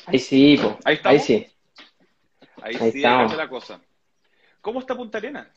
Ahí sí, po. Ahí Ahí estamos. sí. Ahí Ahí sí, ahí cambia estamos. la cosa. ¿Cómo está Punta Arenas?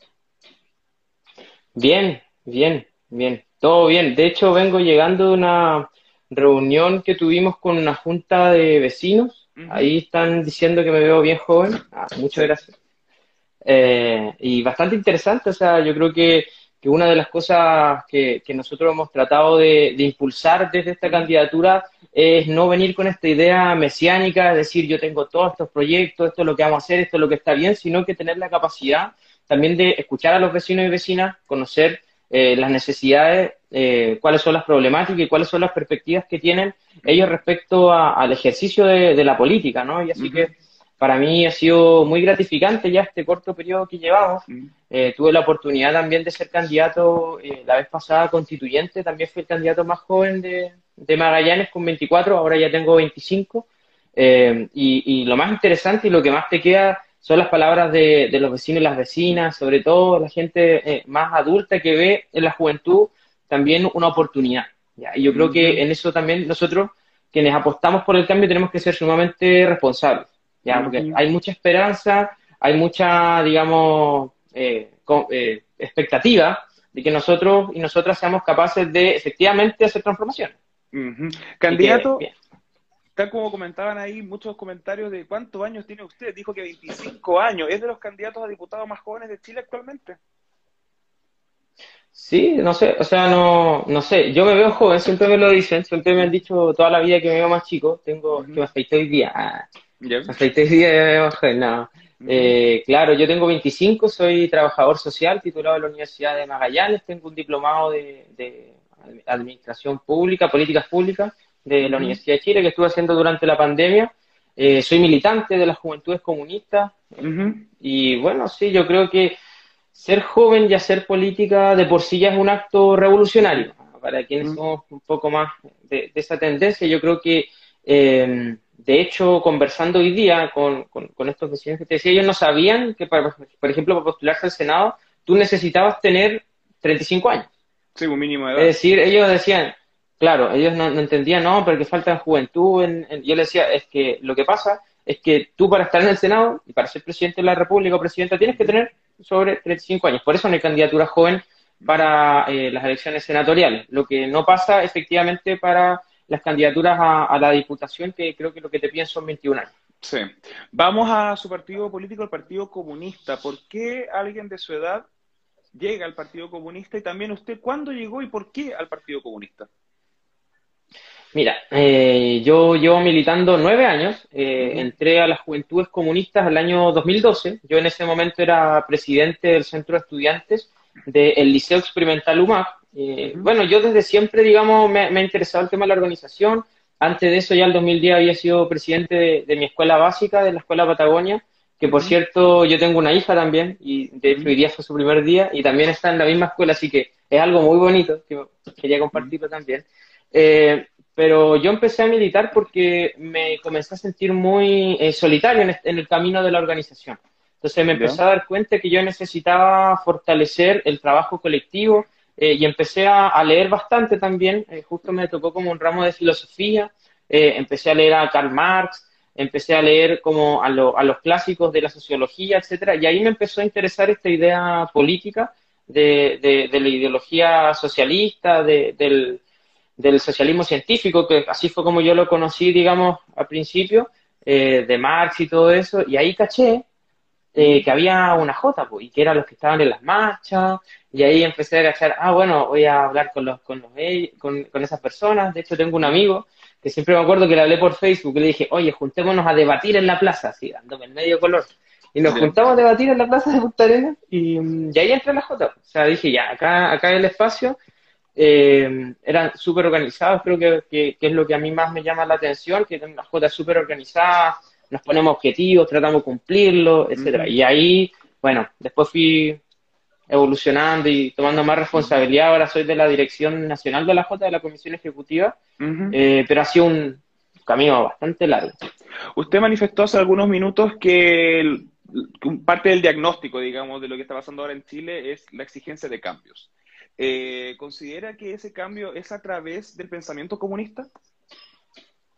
Bien, bien, bien. Todo bien. De hecho, vengo llegando de una reunión que tuvimos con una junta de vecinos. Ujú. Ahí están diciendo que me veo bien joven. Ah, muchas Sí. gracias. Y bastante interesante, o sea, yo creo que una de las cosas que nosotros hemos tratado de impulsar desde esta Ujú. candidatura es no venir con esta idea mesiánica, es decir, yo tengo todos estos proyectos, esto es lo que vamos a hacer, esto es lo que está bien, sino que tener la capacidad también de escuchar a los vecinos y vecinas, conocer las necesidades, cuáles son las problemáticas y cuáles son las perspectivas que tienen ellos Ujú. respecto al ejercicio de la política, ¿no? Y así Ujú. que para mí ha sido muy gratificante ya este corto periodo que llevamos. Ujú. Tuve la oportunidad también de ser candidato la vez pasada constituyente, también fui el candidato más joven de Magallanes con 24, ahora ya tengo 25. Y lo más interesante y lo que más te queda son las palabras de los vecinos y las vecinas, sobre todo la gente más adulta que ve en la juventud también una oportunidad. ¿Ya? Y yo creo que Ujú. en eso también nosotros, quienes apostamos por el cambio, tenemos que ser sumamente responsables. ¿Ya? Porque Ujú. hay mucha esperanza, hay mucha, digamos, expectativa de que nosotros y nosotras seamos capaces de efectivamente hacer transformaciones. Ujú. Así que, Candidato, bien. tal como comentaban ahí muchos comentarios de cuántos años tiene usted, dijo que 25 años. ¿Es de los candidatos a diputados más jóvenes de Chile actualmente? Sí, no sé, o sea, no sé, yo me veo joven, siempre me lo dicen, siempre me han dicho toda la vida que me veo más chico, que Ujú. me afeité hoy día, ¿Ya? me afeité hoy día y me veo más joven, no. Ujú. Claro, yo tengo 25, soy trabajador social, titulado de la Universidad de Magallanes, tengo un diplomado de Administración Pública, Políticas Públicas de la Ujú. Universidad de Chile, que estuve haciendo durante la pandemia. Soy militante de las Juventudes Comunistas, Ujú. y bueno, sí, yo creo que ser joven y hacer política de por sí ya es un acto revolucionario. Para quienes Ujú. somos un poco más de esa tendencia, yo creo que, de hecho, conversando hoy día con estos vecinos que te decía, ellos no sabían que, por ejemplo, para postularse al Senado, tú necesitabas tener 35 años. Sí, un mínimo de Es edad. decir, ellos decían, claro, ellos no entendían, no, porque falta juventud. Yo les decía, es que lo que pasa es que tú para estar en el Senado y para ser presidente de la República o presidenta tienes que Ujú. tener sobre 35 años. Por eso no hay candidatura joven Ujú. para las elecciones senatoriales. Lo que no pasa efectivamente para las candidaturas a la diputación, que creo que lo que te piden son 21 años. Sí. Vamos a su partido político, el Partido Comunista. ¿Por qué alguien de su edad llega al Partido Comunista? Y también usted, ¿cuándo llegó y por qué al Partido Comunista? Mira, yo llevo militando 9 años, Ujú. entré a las Juventudes Comunistas el año 2012. Yo en ese momento era presidente del centro de estudiantes del Liceo Experimental UMAG. Ujú. Bueno, yo desde siempre, digamos, me ha interesado el tema de la organización. Antes de eso, ya en el 2010 había sido presidente de mi escuela básica, de la Escuela Patagonia, que por Ujú. cierto yo tengo una hija también, y de hecho Ujú. hoy día fue su primer día, y también está en la misma escuela, así que es algo muy bonito, que quería Ujú. compartirlo también. Eh, pero yo empecé a militar porque me comencé a sentir muy solitario en el camino de la organización. Entonces me ¿Ya? empecé a dar cuenta que yo necesitaba fortalecer el trabajo colectivo, y empecé a leer bastante también. Justo me tocó como un ramo de filosofía. Empecé a leer a Karl Marx, empecé a leer como a los clásicos de la sociología, etcétera, y ahí me empezó a interesar esta idea política de la ideología socialista, del socialismo científico, que así fue como yo lo conocí, digamos, al principio, de Marx y todo eso, y ahí caché Ujú. que había una J, pues, y que eran los que estaban en las marchas, y ahí empecé a cachar, bueno, voy a hablar con esas personas. De hecho, tengo un amigo que siempre me acuerdo que le hablé por Facebook y le dije, oye, juntémonos a debatir en la plaza, así, dándome el medio color. Y nos ¿Ya? juntamos a debatir en la plaza de Punta Arenas, y ahí entré en la J. O sea, dije, ya, acá hay el espacio. Eran súper organizados, creo que es lo que a mí más me llama la atención, que tienen una J súper organizada, nos ponemos objetivos, tratamos de cumplirlos, etcétera. Ujú. Y ahí, bueno, después fui evolucionando y tomando más Ujú. responsabilidad. Ahora soy de la dirección nacional de la J, de la Comisión Ejecutiva, Ujú. pero ha sido un camino bastante largo. Usted manifestó hace algunos minutos que parte del diagnóstico, digamos, de lo que está pasando ahora en Chile es la exigencia de cambios. ¿Considera que ese cambio es a través del pensamiento comunista?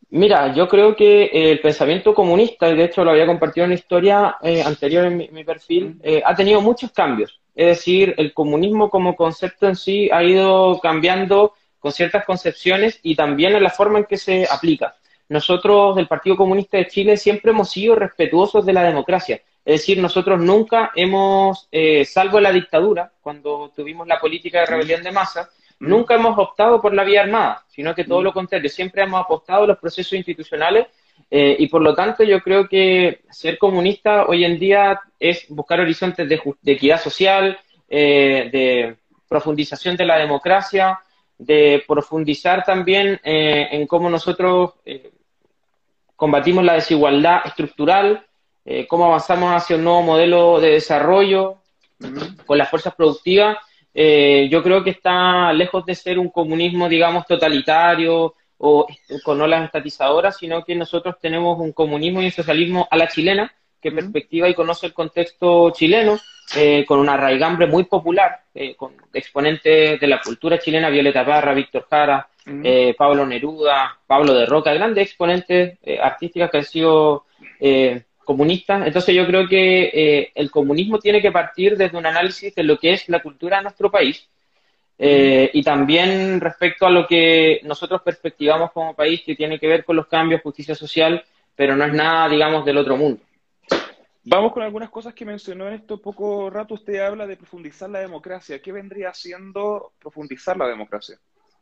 Mira, yo creo que el pensamiento comunista, y de hecho lo había compartido en una historia anterior en mi perfil, Mm, ha tenido muchos cambios. Es decir, el comunismo como concepto en sí ha ido cambiando con ciertas concepciones y también en la forma en que se aplica. Nosotros del Partido Comunista de Chile siempre hemos sido respetuosos de la democracia. Es decir, nosotros nunca hemos, salvo la dictadura, cuando tuvimos la política de mm, rebelión de masa, mm, nunca hemos optado por la vía armada, sino que todo mm. lo contrario, siempre hemos apostado a los procesos institucionales y por lo tanto yo creo que ser comunista hoy en día es buscar horizontes de equidad social, de profundización de la democracia, de profundizar también en cómo nosotros combatimos la desigualdad estructural, cómo avanzamos hacia un nuevo modelo de desarrollo, Mm. con las fuerzas productivas, yo creo que está lejos de ser un comunismo, digamos, totalitario o con olas estatizadoras, sino que nosotros tenemos un comunismo y un socialismo a la chilena, que Mm, perspectiva y conoce el contexto chileno, con una raigambre muy popular, con exponentes de la cultura chilena, Violeta Parra, Víctor Jara, mm. Pablo Neruda, Pablo de Roca, grandes exponentes artísticas que han sido comunistas. Entonces yo creo que el comunismo tiene que partir desde un análisis de lo que es la cultura de nuestro país Mm. y también respecto a lo que nosotros perspectivamos como país que tiene que ver con los cambios, justicia social, pero no es nada, digamos, del otro mundo. Vamos con algunas cosas que mencionó en esto poco rato. Usted habla de profundizar la democracia. ¿Qué vendría siendo profundizar la democracia?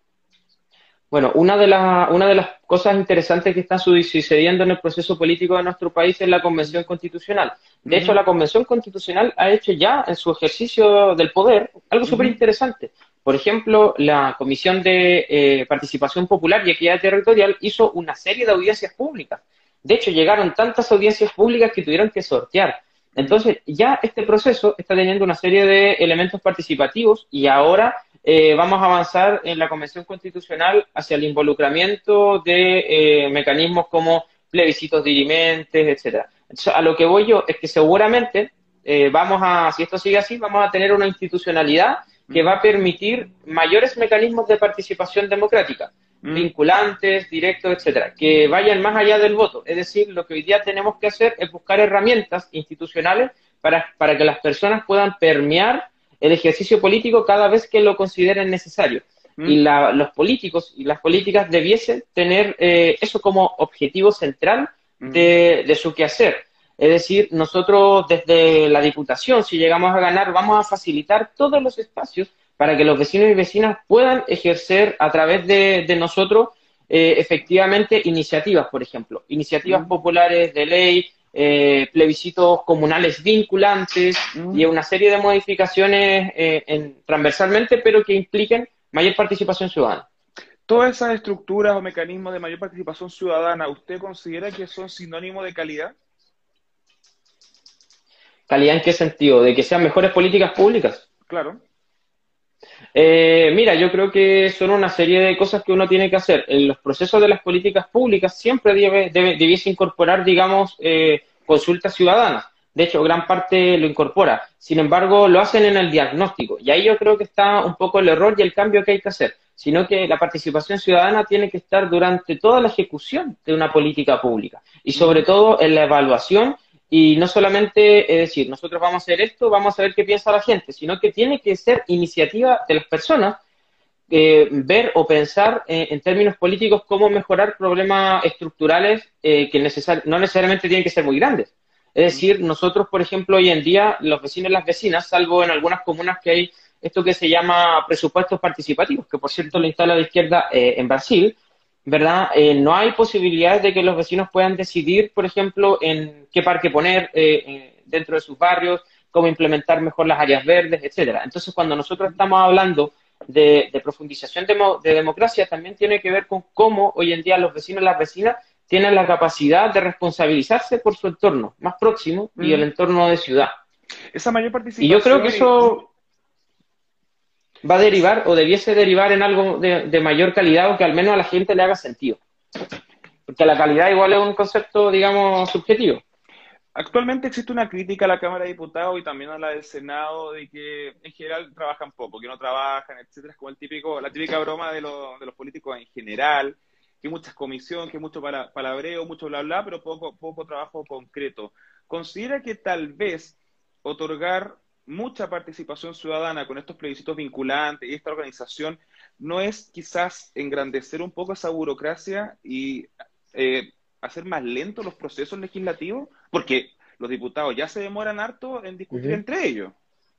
Bueno, una de las cosas interesantes que está sucediendo en el proceso político de nuestro país es la Convención Constitucional. De hecho, Ujú, la Convención Constitucional ha hecho ya en su ejercicio del poder algo súper ujú, interesante. Por ejemplo, la Comisión de Participación Popular y Equidad Territorial hizo una serie de audiencias públicas. De hecho, llegaron tantas audiencias públicas que tuvieron que sortear. mm. Entonces, ya este proceso está teniendo una serie de elementos participativos y ahora vamos a avanzar en la Convención Constitucional hacia el involucramiento de mecanismos como plebiscitos dirimentes, etcétera. Entonces, a lo que voy yo es que seguramente si esto sigue así, vamos a tener una institucionalidad que va Ujú, a permitir mayores mecanismos de participación democrática, mm. vinculantes, directos, etcétera, que vayan más allá del voto. Es decir, lo que hoy día tenemos que hacer es buscar herramientas institucionales para que las personas puedan permear el ejercicio político cada vez que lo consideren necesario. Y Mm, los políticos y las políticas debiesen tener eso como objetivo central mm, de su quehacer. Es decir, nosotros desde la Diputación, si llegamos a ganar, vamos a facilitar todos los espacios para que los vecinos y vecinas puedan ejercer a través de nosotros efectivamente iniciativas, por ejemplo, iniciativas mm, populares de ley, plebiscitos comunales vinculantes y mm. una serie de modificaciones transversalmente, pero que impliquen mayor participación ciudadana. Todas esas estructuras o mecanismos de mayor participación ciudadana, ¿usted considera que son sinónimo de calidad? ¿Calidad en qué sentido? ¿De que sean mejores políticas públicas? Claro. Mira, yo creo que son una serie de cosas que uno tiene que hacer. En los procesos de las políticas públicas siempre debiese incorporar, digamos, consultas ciudadanas. De hecho, gran parte lo incorpora. Sin embargo, lo hacen en el diagnóstico. Y ahí yo creo que está un poco el error y el cambio que hay que hacer. Sino que la participación ciudadana tiene que estar durante toda la ejecución de una política pública. Y sobre Ujú, todo en la evaluación y no solamente es decir, nosotros vamos a hacer esto, vamos a ver qué piensa la gente, sino que tiene que ser iniciativa de las personas ver o pensar en términos políticos cómo mejorar problemas estructurales que no necesariamente tienen que ser muy grandes. Es mm, decir, nosotros, por ejemplo, hoy en día, los vecinos y las vecinas, salvo en algunas comunas que hay esto que se llama presupuestos participativos, que por cierto lo ujú. instala la izquierda en Brasil, ¿verdad? No hay posibilidades de que los vecinos puedan decidir, por ejemplo, en qué parque poner dentro de sus barrios, cómo implementar mejor las áreas verdes, etcétera. Entonces, cuando nosotros estamos hablando de profundización de democracia, también tiene que ver con cómo hoy en día los vecinos y las vecinas tienen la capacidad de responsabilizarse por su entorno más próximo y el Mm. entorno de ciudad. Esa mayor Y yo creo que participación y... eso va a es- derivar o debiese derivar en algo de mayor calidad o que al menos a la gente le haga sentido. Porque la calidad igual es un concepto, digamos, subjetivo. Actualmente existe una crítica a la Cámara de Diputados y también a la del Senado de que en general trabajan poco, que no trabajan, etcétera. Es como la típica broma de los políticos en general. que mucha comisión, que mucho palabreo, mucho bla bla, pero poco trabajo concreto. ¿Considera que tal vez otorgar mucha participación ciudadana con estos plebiscitos vinculantes y esta organización no es quizás engrandecer un poco esa burocracia y hacer más lentos los procesos legislativos? Porque los diputados ya se demoran harto en discutir entre ellos.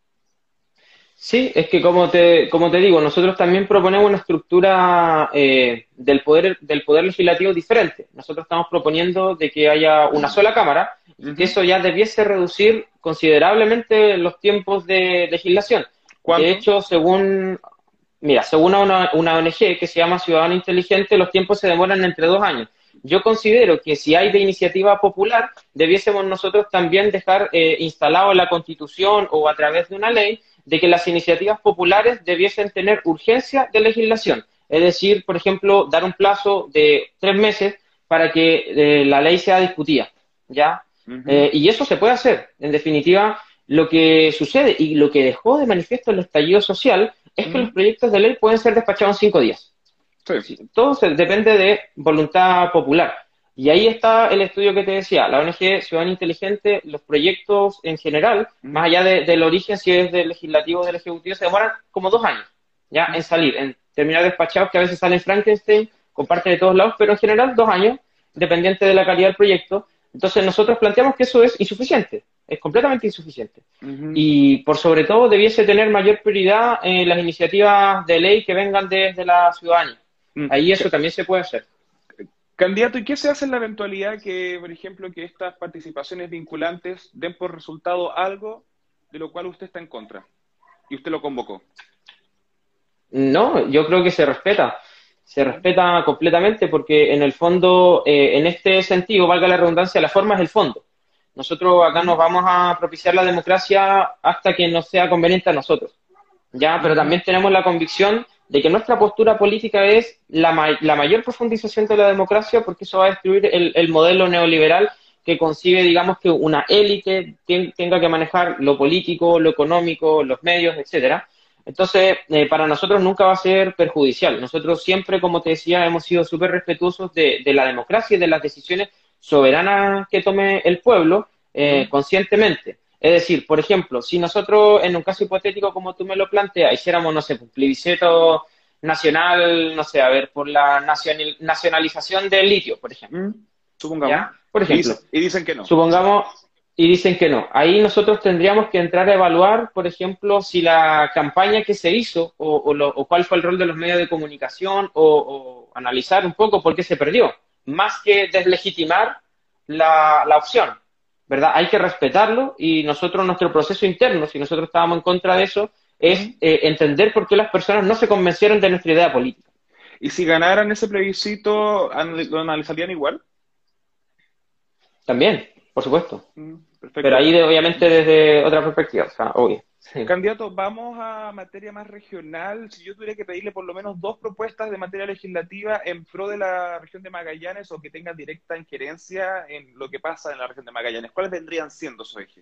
Sí, es que como te digo, nosotros también proponemos una estructura del poder legislativo diferente. Nosotros estamos proponiendo de que haya una sola Cámara y que eso ya debiese reducir considerablemente los tiempos de legislación. ¿Cuánto? De hecho, según una ONG que se llama Ciudadano Inteligente, los tiempos se demoran entre 2 años. Yo considero que si hay de iniciativa popular, debiésemos nosotros también dejar instalado en la Constitución o a través de una ley de que las iniciativas populares debiesen tener urgencia de legislación. Es decir, por ejemplo, dar un plazo de 3 meses para que la ley sea discutida, ¿ya? Y eso se puede hacer. En definitiva, lo que sucede y lo que dejó de manifiesto el estallido social es que los proyectos de ley pueden ser despachados en 5 días. Sí. Todo depende de voluntad popular. Y ahí está el estudio que te decía, la ONG Ciudadano Inteligente, los proyectos en general, más allá del origen, si es del legislativo o del ejecutivo, se demoran como 2 años, ya, en salir, en terminar despachados, que a veces salen Frankenstein, con parte de todos lados, pero en general 2 años, dependiente de la calidad del proyecto. Entonces nosotros planteamos que eso es insuficiente, es completamente insuficiente. Y por sobre todo debiese tener mayor prioridad en las iniciativas de ley que vengan desde la ciudadanía. Ahí eso también se puede hacer. Candidato, ¿y qué se hace en la eventualidad que, por ejemplo, que estas participaciones vinculantes den por resultado algo de lo cual usted está en contra y usted lo convocó? No, yo creo que se respeta completamente porque en el fondo, en este sentido, valga la redundancia, la forma es el fondo. Nosotros acá nos vamos a propiciar la democracia hasta que nos sea conveniente a nosotros, ¿ya? Pero también tenemos la convicción de que nuestra postura política es la mayor profundización de la democracia, porque eso va a destruir el modelo neoliberal que concibe, digamos, que una élite tenga que manejar lo político, lo económico, los medios, etcétera. Entonces, para nosotros nunca va a ser perjudicial. Nosotros siempre, como te decía, hemos sido súper respetuosos de la democracia y de las decisiones soberanas que tome el pueblo conscientemente. Es decir, por ejemplo, si nosotros, en un caso hipotético como tú me lo planteas, hiciéramos, no sé, un plebiscito nacional, no sé, a ver, por la nacionalización del litio, por ejemplo. Supongamos. ¿Ya? Por ejemplo. Y dicen que no. Supongamos, y dicen que no. Ahí nosotros tendríamos que entrar a evaluar, por ejemplo, si la campaña que se hizo o cuál fue el rol de los medios de comunicación o analizar un poco por qué se perdió, más que deslegitimar la opción. ¿Verdad? Hay que respetarlo y nosotros, nuestro proceso interno, si nosotros estábamos en contra de eso, es entender por qué las personas no se convencieron de nuestra idea política. ¿Y si ganaran ese plebiscito, lo analizarían igual? También, por supuesto. Perfecto. Pero ahí obviamente desde otra perspectiva, o sea, obvio. Sí. Candidato, vamos a materia más regional. Si yo tuviera que pedirle por lo menos 2 propuestas de materia legislativa en pro de la región de Magallanes o que tengan directa injerencia en lo que pasa en la región de Magallanes, ¿cuáles vendrían siendo su eje?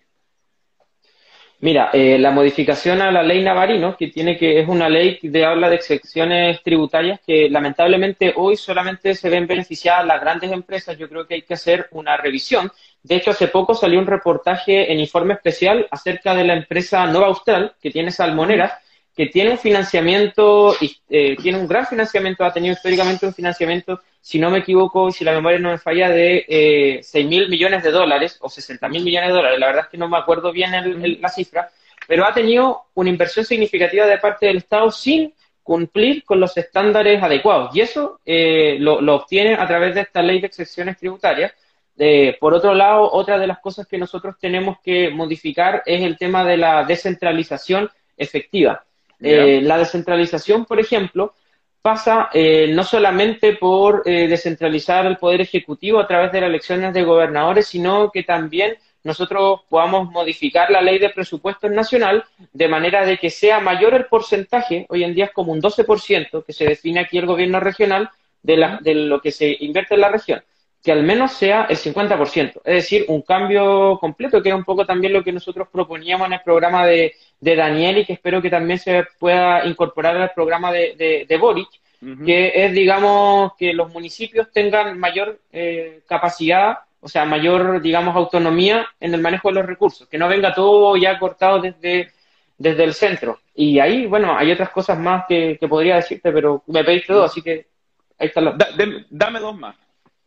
Mira, la modificación a la ley Navarino, es una ley que habla de excepciones tributarias que lamentablemente hoy solamente se ven beneficiadas las grandes empresas. Yo creo que hay que hacer una revisión. De hecho, hace poco salió un reportaje en Informe Especial acerca de la empresa Nova Austral, que tiene salmoneras, que tiene un financiamiento, tiene un gran financiamiento, ha tenido históricamente un financiamiento, si no me equivoco, si la memoria no me falla, de 6.000 millones de dólares o 60.000 millones de dólares. La verdad es que no me acuerdo bien la cifra, pero ha tenido una inversión significativa de parte del Estado sin cumplir con los estándares adecuados. Y eso lo obtiene a través de esta ley de excepciones tributarias. Por otro lado, otra de las cosas que nosotros tenemos que modificar es el tema de la descentralización efectiva. La descentralización, por ejemplo, pasa no solamente por descentralizar el poder ejecutivo a través de las elecciones de gobernadores, sino que también nosotros podamos modificar la ley de presupuestos nacional de manera de que sea mayor el porcentaje, hoy en día es como un 12%, que se define aquí el gobierno regional de lo que se invierte en la región, que al menos sea el 50%, es decir, un cambio completo, que era un poco también lo que nosotros proponíamos en el programa de Daniel y que espero que también se pueda incorporar al programa de Boric, Ujú. que es, digamos, que los municipios tengan mayor capacidad, o sea, mayor, digamos, autonomía en el manejo de los recursos, que no venga todo ya cortado desde el centro. Y ahí, bueno, hay otras cosas más que podría decirte, pero me pediste dos, así que ahí está la... Dame dos más.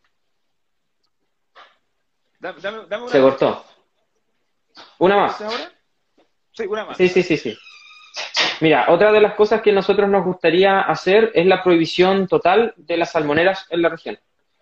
Dame una Se más. cortó. Una ¿Me más. escuchas ahora? Sí, una más. Sí, sí, sí, sí. Mira, otra de las cosas que nosotros nos gustaría hacer es la prohibición total de las salmoneras en la región.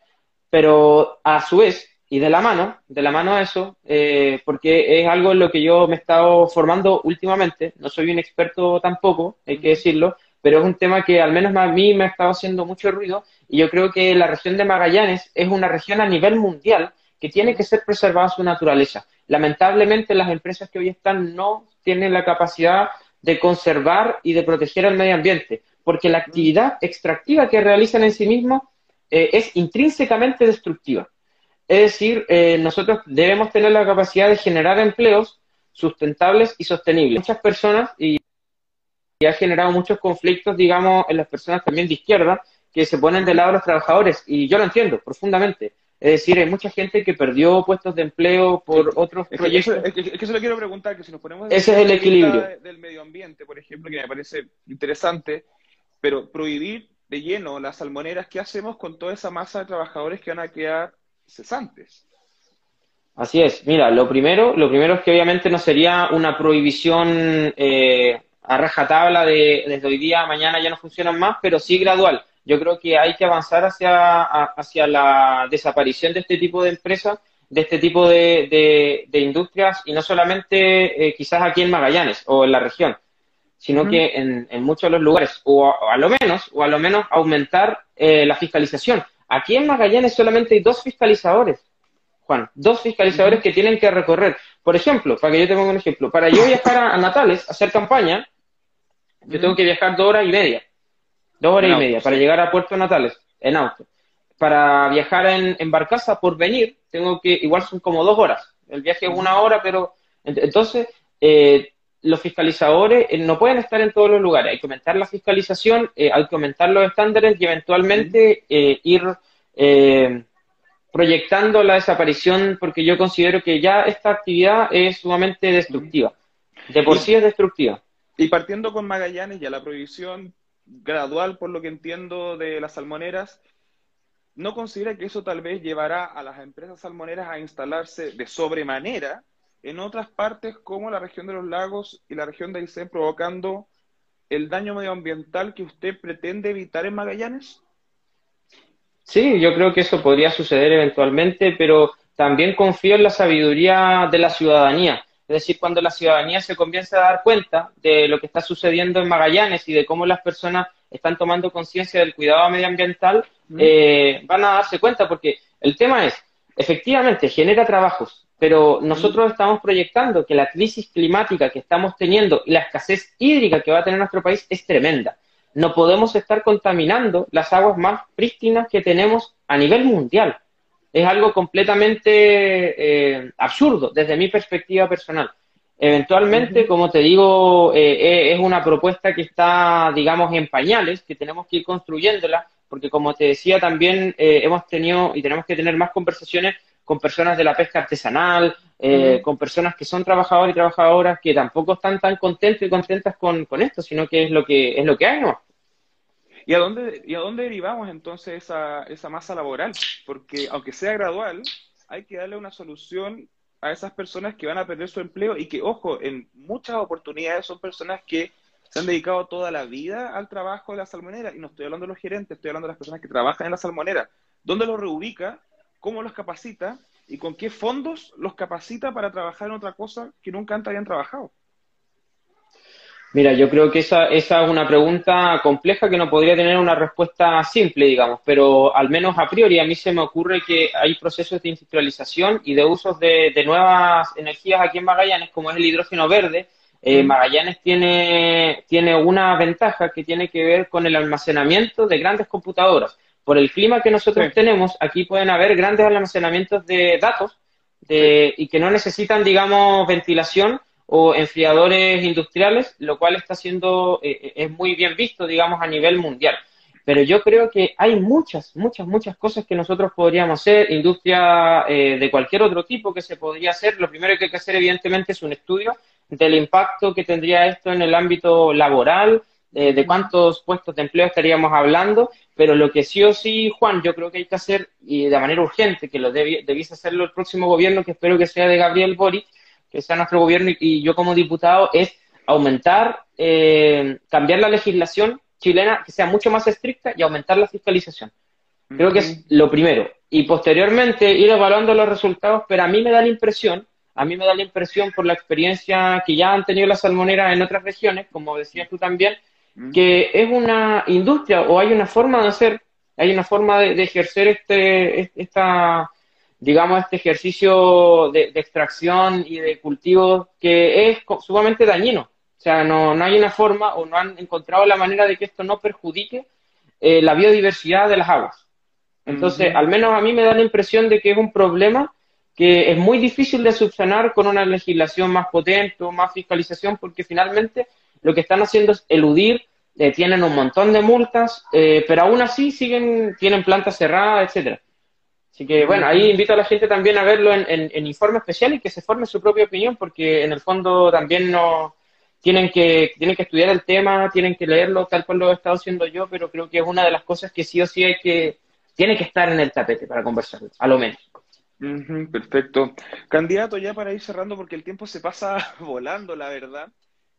Pero a su vez, y de la mano a eso, porque es algo en lo que yo me he estado formando últimamente, no soy un experto tampoco, hay que Ujú. decirlo, pero es un tema que al menos a mí me ha estado haciendo mucho ruido y yo creo que la región de Magallanes es una región a nivel mundial que tiene que Ujú. ser preservada su naturaleza. Lamentablemente las empresas que hoy están no tienen la capacidad de conservar y de proteger el medio ambiente, porque la Ujú. actividad extractiva que realizan en sí mismos es intrínsecamente destructiva. Es decir, nosotros debemos tener la capacidad de generar empleos sustentables y sostenibles. Muchas personas, y ha generado muchos conflictos, digamos, en las personas también de izquierda, que se ponen del Ujú. lado de los trabajadores, y yo lo entiendo profundamente. Es decir, hay mucha gente que perdió puestos de empleo por otros proyectos. Es que eso le quiero preguntar, que si nos ponemos desde el Ese es el punto de vista equilibrio. del medio ambiente, por ejemplo, que me parece interesante, pero prohibir de lleno las salmoneras, ¿qué hacemos con toda esa masa de trabajadores que van a quedar cesantes? Así es. Mira, lo primero es que obviamente no sería una prohibición a rajatabla de desde hoy día a mañana ya no funcionan más, pero sí gradual. Yo creo que hay que avanzar hacia la desaparición de este tipo de empresas, de este tipo de industrias, y no solamente quizás aquí en Magallanes o en la región, sino Ujú. que en muchos de los lugares, o a lo menos aumentar la fiscalización. Aquí en Magallanes solamente hay dos fiscalizadores, Juan, dos fiscalizadores Ujú. que tienen que recorrer. Por ejemplo, para que yo te ponga un ejemplo, para yo viajar a Natales a hacer campaña, yo tengo Ujú. que viajar 2 horas y media, dos En horas y auto, media para sí. llegar a Puerto Natales en auto. Para viajar en Barcaza por venir, tengo que, igual son como 2 horas. El viaje es Ujú. 1 hora, pero entonces eh, los fiscalizadores no pueden estar en todos los lugares. Hay que aumentar la fiscalización, hay que aumentar los estándares y Ujú. eventualmente ir eh, proyectando la desaparición, porque yo considero que ya esta actividad es sumamente Ujú. destructiva. De por sí Y, es destructiva. y partiendo con Magallanes, ya la prohibición gradual, por lo que entiendo, de las salmoneras, ¿no considera que eso tal vez llevará a las empresas salmoneras a instalarse de sobremanera en otras partes como la región de los lagos y la región de Aysén, provocando el daño medioambiental que usted pretende evitar en Magallanes? Sí, yo creo que eso podría suceder eventualmente, pero también confío en la sabiduría de la ciudadanía. Es decir, cuando la ciudadanía se comienza a dar cuenta de lo que está sucediendo en Magallanes y de cómo las personas están tomando conciencia del cuidado medioambiental, ¿Mm? van a darse cuenta, porque el tema es, efectivamente, genera trabajos, pero ¿Mm? nosotros estamos proyectando que la crisis climática que estamos teniendo y la escasez hídrica que va a tener nuestro país es tremenda. No podemos estar contaminando las aguas más prístinas que tenemos a nivel mundial. Es algo completamente absurdo desde mi perspectiva personal. Eventualmente, Ujú. como te digo, es una propuesta que está, digamos, en pañales, que tenemos que ir construyéndola, porque como te decía, también hemos tenido y tenemos que tener más conversaciones con personas de la pesca artesanal, Ujú. con personas que son trabajadores y trabajadoras que tampoco están tan contentos y contentas con esto, sino que es lo que hay, ¿no? Y a dónde derivamos entonces esa masa laboral? Porque aunque sea gradual, hay que darle una solución a esas personas que van a perder su empleo y que, ojo, en muchas oportunidades son personas que se han dedicado toda la vida al trabajo de la salmonera. Y no estoy hablando de los gerentes, estoy hablando de las personas que trabajan en la salmonera. ¿Dónde los reubica? ¿Cómo los capacita? ¿Y con qué fondos los capacita para trabajar en otra cosa que nunca antes habían trabajado? Mira, yo creo que esa es una pregunta compleja que no podría tener una respuesta simple, digamos, pero al menos a priori a mí se me ocurre que hay procesos de industrialización y de usos de nuevas energías aquí en Magallanes, como es el hidrógeno verde. ¿Mm? Magallanes tiene una ventaja que tiene que ver con el almacenamiento de grandes computadoras. Por el clima que Sí, nosotros tenemos, aquí pueden haber grandes almacenamientos de datos sí. y que no necesitan, digamos, ventilación o enfriadores industriales, lo cual está siendo, es muy bien visto, digamos, a nivel mundial. pero yo creo que hay muchas, muchas, muchas cosas que nosotros podríamos hacer, industria de cualquier otro tipo que se podría hacer. Lo primero que hay que hacer, evidentemente, es un estudio del impacto que tendría esto en el ámbito laboral, de cuántos puestos de empleo estaríamos hablando, pero lo que sí o sí, Juan, yo creo que hay que hacer, y de manera urgente, que lo debiese hacerlo el próximo gobierno, que espero que sea de Gabriel Boric, que sea nuestro gobierno y yo como diputado, es aumentar, cambiar la legislación chilena, que sea mucho más estricta y aumentar la fiscalización. Creo que es lo primero. Y posteriormente ir evaluando los resultados, pero a mí me da la impresión por la experiencia que ya han tenido las salmoneras en otras regiones, como decías tú también, que es una industria o hay una forma de hacer, hay una forma de ejercer digamos, este ejercicio de extracción y de cultivo que es sumamente dañino. O sea, no hay una forma o no han encontrado la manera de que esto no perjudique la biodiversidad de las aguas. Entonces, al menos a mí me da la impresión de que es un problema que es muy difícil de subsanar con una legislación más potente o más fiscalización, porque finalmente lo que están haciendo es eludir, tienen un montón de multas, pero aún así tienen plantas cerradas, etcétera. Así que, bueno, ahí invito a la gente también a verlo en informe especial y que se forme su propia opinión, porque en el fondo también no tienen que estudiar el tema, tienen que leerlo tal cual lo he estado haciendo yo, pero creo que es una de las cosas que sí o sí tiene que estar en el tapete para conversar, a lo menos. Perfecto. Candidato, ya para ir cerrando, porque el tiempo se pasa volando, la verdad.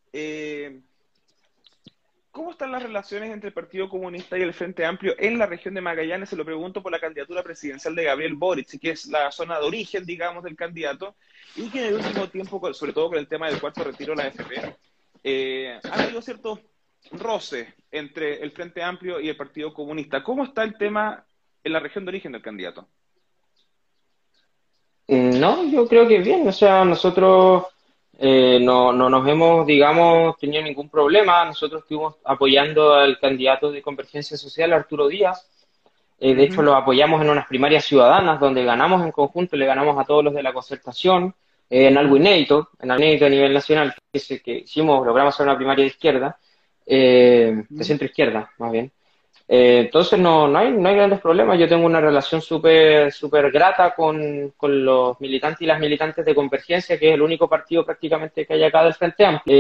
¿Cómo están las relaciones entre el Partido Comunista y el Frente Amplio en la región de Magallanes? Se lo pregunto por la candidatura presidencial de Gabriel Boric, que es la zona de origen, digamos, del candidato, y que en el último tiempo, sobre todo con el tema del cuarto retiro de la AFP, ha habido cierto roce entre el Frente Amplio y el Partido Comunista. ¿Cómo está el tema en la región de origen del candidato? No, yo creo que bien, o sea, nosotros no nos hemos, digamos, tenido ningún problema. Nosotros estuvimos apoyando al candidato de Convergencia Social, Arturo Díaz. De hecho, lo apoyamos en unas primarias ciudadanas donde ganamos en conjunto, le ganamos a todos los de la concertación, en algo inédito, a nivel nacional, que hicimos, logramos hacer una primaria de izquierda, de centro izquierda, más bien. Entonces no hay grandes problemas. Yo tengo una relación súper grata con los militantes y las militantes de Convergencia, que es el único partido prácticamente que hay acá del Frente Amplio.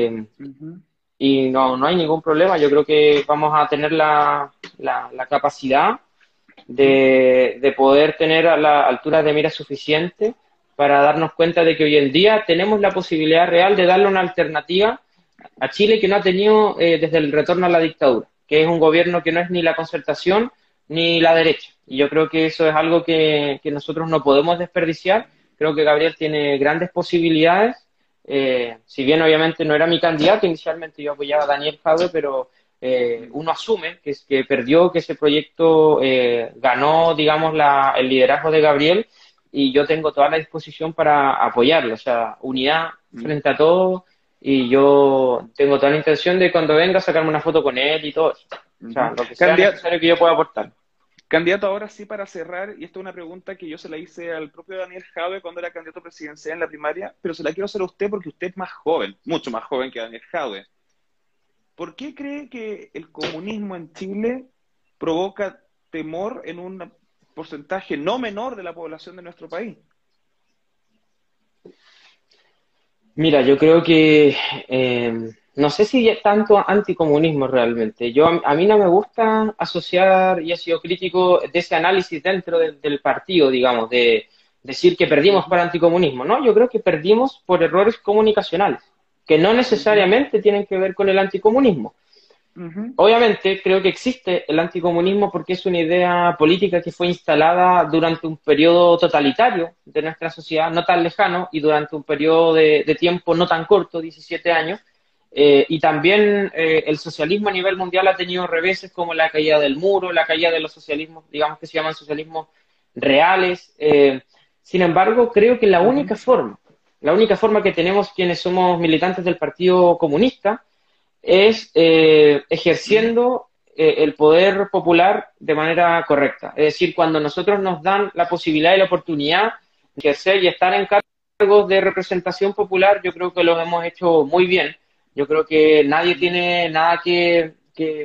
Y no hay ningún problema. Yo creo que vamos a tener la capacidad de poder tener a la altura de mira suficiente para darnos cuenta de que hoy en día tenemos la posibilidad real de darle una alternativa a Chile que no ha tenido desde el retorno a la dictadura, que es un gobierno que no es ni la concertación ni la derecha. Y yo creo que eso es algo que nosotros no podemos desperdiciar. Creo que Gabriel tiene grandes posibilidades. Si bien obviamente no era mi candidato, inicialmente yo apoyaba a Daniel Jadwe, pero uno asume que perdió, que ese proyecto ganó, digamos, el liderazgo de Gabriel, y yo tengo toda la disposición para apoyarlo. O sea, unidad frente a todo. Y yo tengo toda la intención de cuando venga sacarme una foto con él y todo eso. O sea, lo que sea necesario que yo pueda aportar. Candidato, ahora sí para cerrar, y esta es una pregunta que yo se la hice al propio Daniel Jadwe cuando era candidato presidencial en la primaria, pero se la quiero hacer a usted porque usted es más joven, mucho más joven que Daniel Jadwe. ¿Por qué cree que el comunismo en Chile provoca temor en un porcentaje no menor de la población de nuestro país? Mira, yo creo que no sé si es tanto anticomunismo realmente. A mí no me gusta asociar, y he sido crítico de ese análisis dentro del partido, digamos, de decir que perdimos por anticomunismo. No, yo creo que perdimos por errores comunicacionales, que no necesariamente tienen que ver con el anticomunismo. Obviamente creo que existe el anticomunismo porque es una idea política que fue instalada durante un periodo totalitario de nuestra sociedad, no tan lejano, y durante un periodo de tiempo no tan corto, 17 años, y también el socialismo a nivel mundial ha tenido reveses como la caída del muro, la caída de los socialismos, digamos que se llaman socialismos reales. Sin embargo, creo que la única forma que tenemos quienes somos militantes del Partido Comunista es ejerciendo el poder popular de manera correcta. Es decir, cuando nosotros nos dan la posibilidad y la oportunidad de ejercer y estar en cargos de representación popular, yo creo que lo hemos hecho muy bien. Yo creo que nadie tiene nada que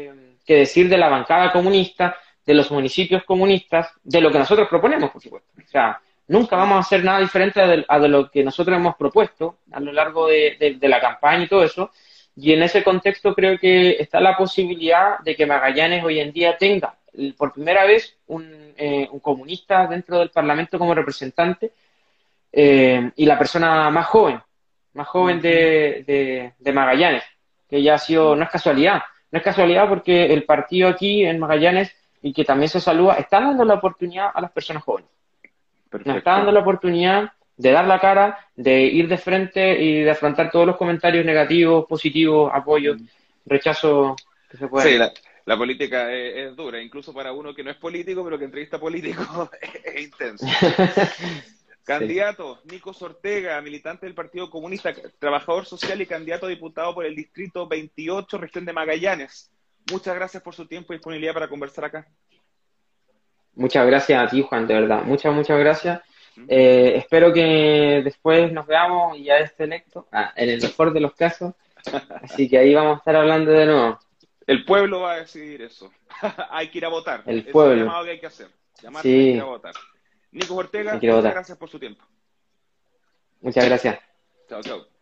que decir de la bancada comunista, de los municipios comunistas, de lo que nosotros proponemos, por supuesto. O sea, nunca vamos a hacer nada diferente a de lo que nosotros hemos propuesto a lo largo de la campaña y todo eso. Y en ese contexto creo que está la posibilidad de que Magallanes hoy en día tenga por primera vez un comunista dentro del Parlamento como representante, y la persona más joven de Magallanes, que ya ha sido, no es casualidad porque el partido aquí en Magallanes, y que también se saluda, está dando la oportunidad a las personas jóvenes. Nos está dando Perfecto. la oportunidad de dar la cara, de ir de frente y de afrontar todos los comentarios negativos, positivos, apoyos, rechazo que se puedan. Sí, la política es dura, incluso para uno que no es político, pero que entrevista políticos es intenso. Sí. Candidato, Nico Ortega, militante del Partido Comunista, trabajador social y candidato a diputado por el Distrito 28, región de Magallanes. Muchas gracias por su tiempo y disponibilidad para conversar acá. Muchas gracias a ti, Juan, de verdad. Muchas gracias. ¿Mm? Espero que después nos veamos y ya esté electo, en el mejor de los casos. Así que ahí vamos a estar hablando de nuevo. El pueblo va a decidir eso. Hay que ir a votar. El Ese es el pueblo. llamado que hay que hacer. Llamarse, hay que ir a Sí, votar. Nico hay Ortega, que ir a muchas votar. gracias por su tiempo. Muchas gracias. Chao, chao.